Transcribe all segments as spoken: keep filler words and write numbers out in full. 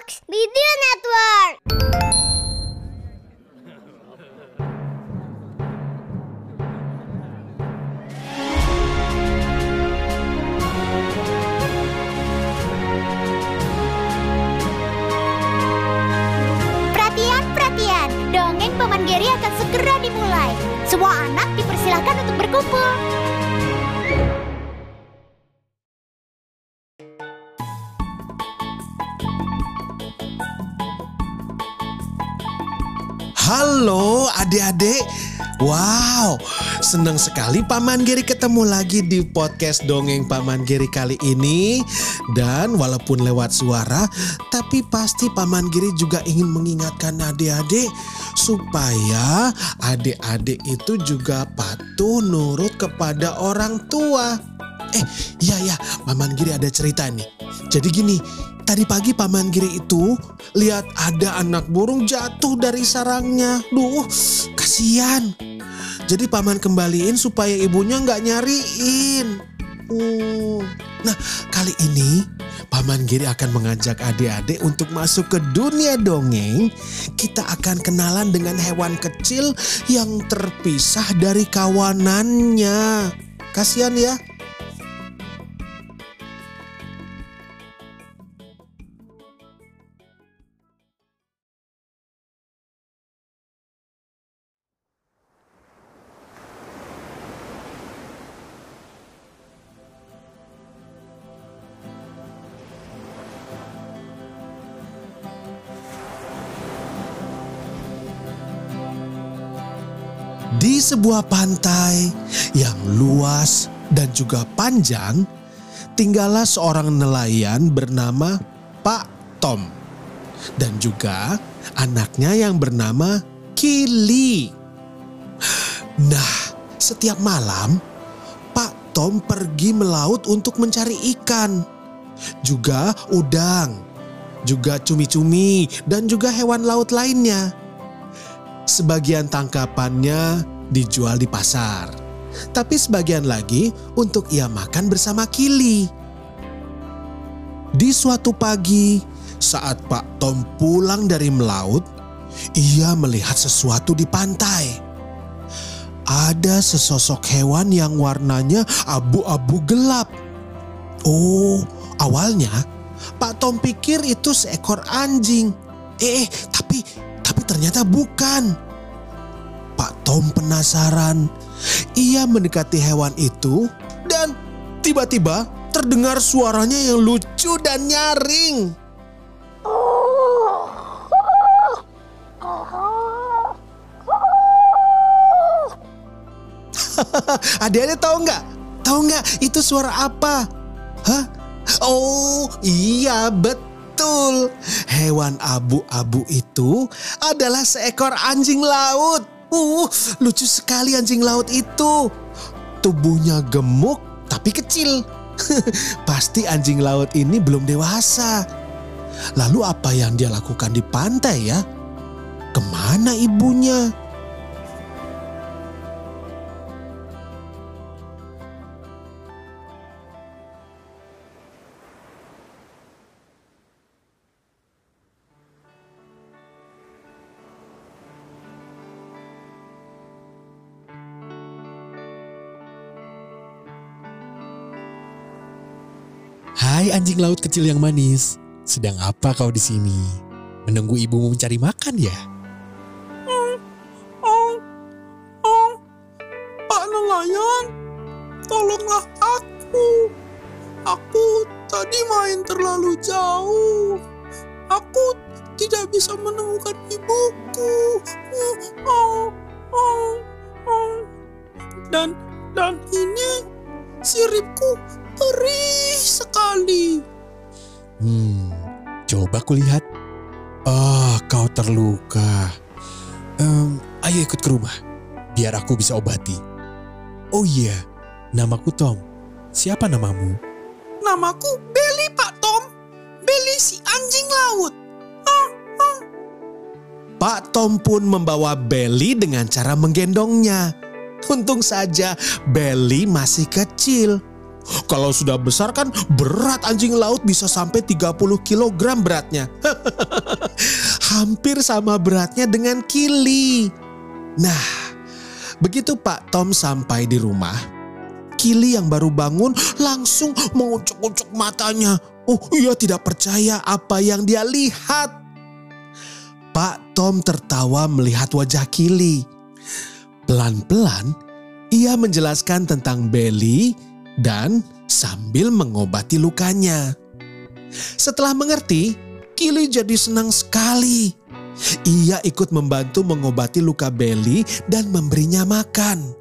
Box Video Network. Perhatian-perhatian, dongeng Paman Geri akan segera dimulai. Semua anak dipersilakan untuk berkumpul. Halo adik-adik. Wow, senang sekali Paman Geri ketemu lagi di podcast Dongeng Paman Geri kali ini. Dan walaupun lewat suara, tapi pasti Paman Geri juga ingin mengingatkan adik-adik supaya adik-adik itu juga patuh nurut kepada orang tua. Eh, iya ya, Paman Geri ada cerita nih. Jadi gini, tadi pagi Paman Giri itu lihat ada anak burung jatuh dari sarangnya. Duh, kasihan. Jadi Paman kembaliin supaya ibunya nggak nyariin. Uh. Nah, kali ini Paman Giri akan mengajak adik-adik untuk masuk ke dunia dongeng. Kita akan kenalan dengan hewan kecil yang terpisah dari kawanannya. Kasihan ya. Di sebuah pantai yang luas dan juga panjang, tinggallah seorang nelayan bernama Pak Tom. Dan juga anaknya yang bernama Kili. Nah, setiap malam Pak Tom pergi melaut untuk mencari ikan. Juga udang, juga cumi-cumi dan juga hewan laut lainnya. Sebagian tangkapannya dijual di pasar, tapi sebagian lagi untuk ia makan bersama Kili. Di suatu pagi, saat Pak Tom pulang dari melaut, ia melihat sesuatu di pantai. Ada sesosok hewan yang warnanya abu-abu gelap. Oh, awalnya Pak Tom pikir itu seekor anjing. Eh, tapi tapi ternyata bukan. Pak Tom penasaran. Ia mendekati hewan itu dan tiba-tiba terdengar suaranya yang lucu dan nyaring. Adik-adik tahu nggak? Tahu nggak itu suara apa? Hah? Oh iya betul. Hewan abu-abu itu adalah seekor anjing laut. Uh, lucu sekali anjing laut itu. Tubuhnya gemuk tapi kecil. Pasti anjing laut ini belum dewasa. Lalu apa yang dia lakukan di pantai ya? Kemana ibunya? Hai anjing laut kecil yang manis, sedang apa kau di sini? Menunggu ibumu mencari makan ya? Oh, oh, oh, Pak nelayan, tolonglah aku. Aku tadi main terlalu jauh. Aku tidak bisa menemukan ibuku. Oh, oh, oh. Dan dan ini siripku perih sekali. Hmm, coba kulihat. Ah, kau terluka. Um, ayo ikut ke rumah, biar aku bisa obati. Oh iya, namaku Tom. Siapa namamu? Namaku Belly, Pak Tom. Belly si anjing laut. Ah, ah. Pak Tom pun membawa Belly dengan cara menggendongnya. Untung saja Belly masih kecil. Kalau sudah besar kan berat anjing laut bisa sampai tiga puluh kilogram beratnya. Hampir sama beratnya dengan Kili. Nah, begitu Pak Tom sampai di rumah, Kili yang baru bangun langsung mengucuk-ucuk matanya. Oh, ia tidak percaya apa yang dia lihat. Pak Tom tertawa melihat wajah Kili. Pelan-pelan ia menjelaskan tentang Belly dan sambil mengobati lukanya. Setelah mengerti, Kili jadi senang sekali. Ia ikut membantu mengobati luka Belly dan memberinya makan.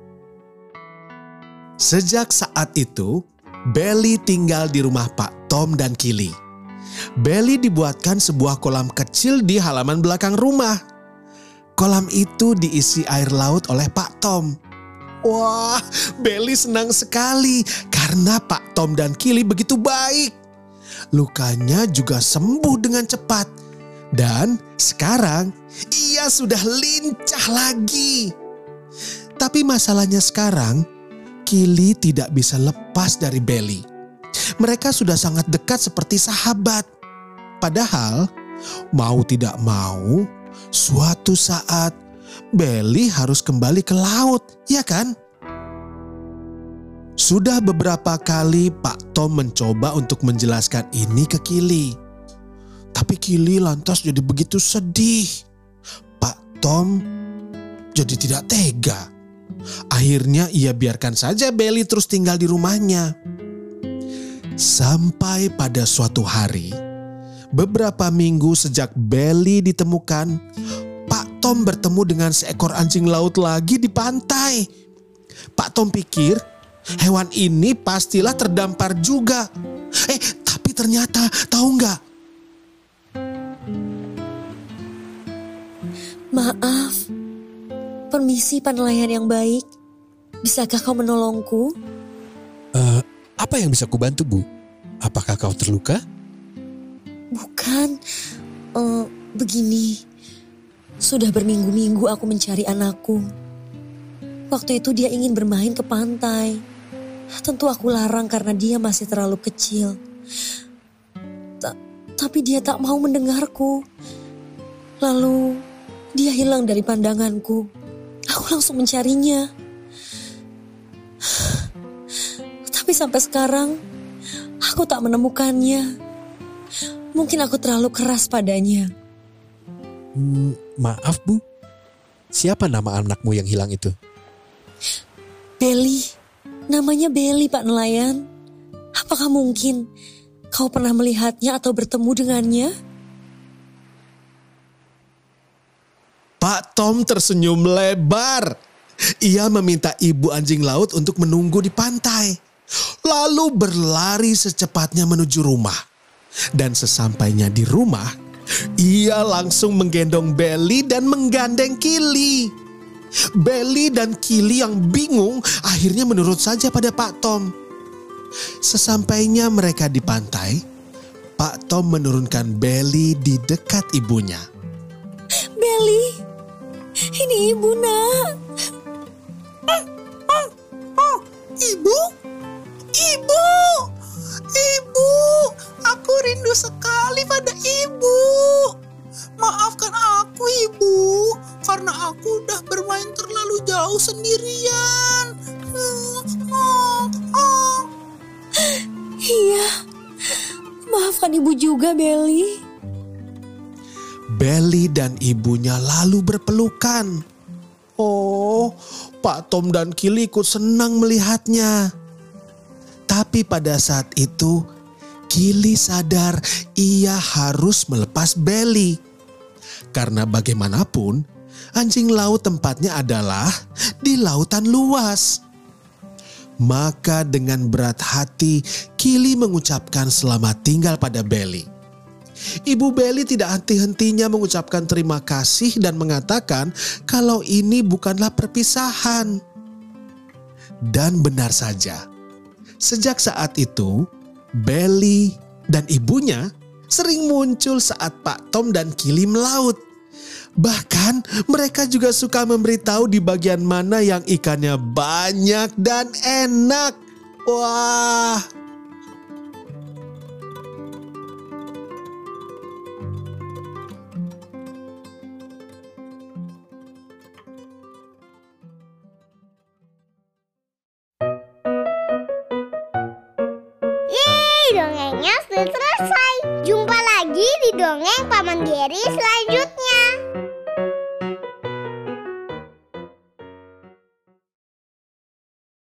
Sejak saat itu, Belly tinggal di rumah Pak Tom dan Kili. Belly dibuatkan sebuah kolam kecil di halaman belakang rumah. Kolam itu diisi air laut oleh Pak Tom. Wah, Belly senang sekali karena Pak Tom dan Kili begitu baik. Lukanya juga sembuh dengan cepat. Dan sekarang ia sudah lincah lagi. Tapi masalahnya sekarang, Kili tidak bisa lepas dari Belly. Mereka sudah sangat dekat seperti sahabat. Padahal mau tidak mau, suatu saat Belly harus kembali ke laut, ya kan? Sudah beberapa kali Pak Tom mencoba untuk menjelaskan ini ke Kili. Tapi Kili lantas jadi begitu sedih. Pak Tom jadi tidak tega. Akhirnya ia biarkan saja Belly terus tinggal di rumahnya. Sampai pada suatu hari, beberapa minggu sejak Belly ditemukan, Pak Tom bertemu dengan seekor anjing laut lagi di pantai. Pak Tom pikir hewan ini pastilah terdampar juga. Eh, tapi ternyata tahu nggak? Maaf, permisi Pak Nelayan yang baik. Bisakah kau menolongku? Uh, apa yang bisa kubantu, Bu? Apakah kau terluka? Bukan, uh, begini. Sudah berminggu-minggu aku mencari anakku. Waktu itu dia ingin bermain ke pantai. Tentu aku larang karena dia masih terlalu kecil. Ta- tapi dia tak mau mendengarku. Lalu dia hilang dari pandanganku. Aku langsung mencarinya. Tapi sampai sekarang aku tak menemukannya. Mungkin aku terlalu keras padanya. Hmm, maaf Bu, siapa nama anakmu yang hilang itu? Belly, namanya Belly Pak Nelayan. Apakah mungkin kau pernah melihatnya atau bertemu dengannya? Pak Tom tersenyum lebar. Ia meminta ibu anjing laut untuk menunggu di pantai. Lalu berlari secepatnya menuju rumah. Dan sesampainya di rumah, ia langsung menggendong Belly dan menggandeng Kili. Belly dan Kili yang bingung akhirnya menurut saja pada Pak Tom. Sesampainya mereka di pantai, Pak Tom menurunkan Belly di dekat ibunya. Belly, ini ibu nak. Oh, oh, ibu? Ibu! Ibu! Aku rindu sekali pada ibu. Maafkan aku ibu, karena aku udah bermain terlalu jauh sendirian. Oh, oh. Iya, maafkan ibu juga Belly. Belly dan ibunya lalu berpelukan. Oh, Pak Tom dan Kili ikut senang melihatnya. Tapi pada saat itu, Kili sadar ia harus melepas Belly. Karena bagaimanapun, anjing laut tempatnya adalah di lautan luas. Maka dengan berat hati, Kili mengucapkan selamat tinggal pada Belly. Ibu Belly tidak henti-hentinya mengucapkan terima kasih dan mengatakan kalau ini bukanlah perpisahan. Dan benar saja, sejak saat itu, Belly dan ibunya sering muncul saat Pak Tom dan Kili melaut. Bahkan mereka juga suka memberitahu di bagian mana yang ikannya banyak dan enak. Wah. Yeay, dongengnya sudah selesai. Jumpa lagi di dongeng Paman Geri selanjutnya.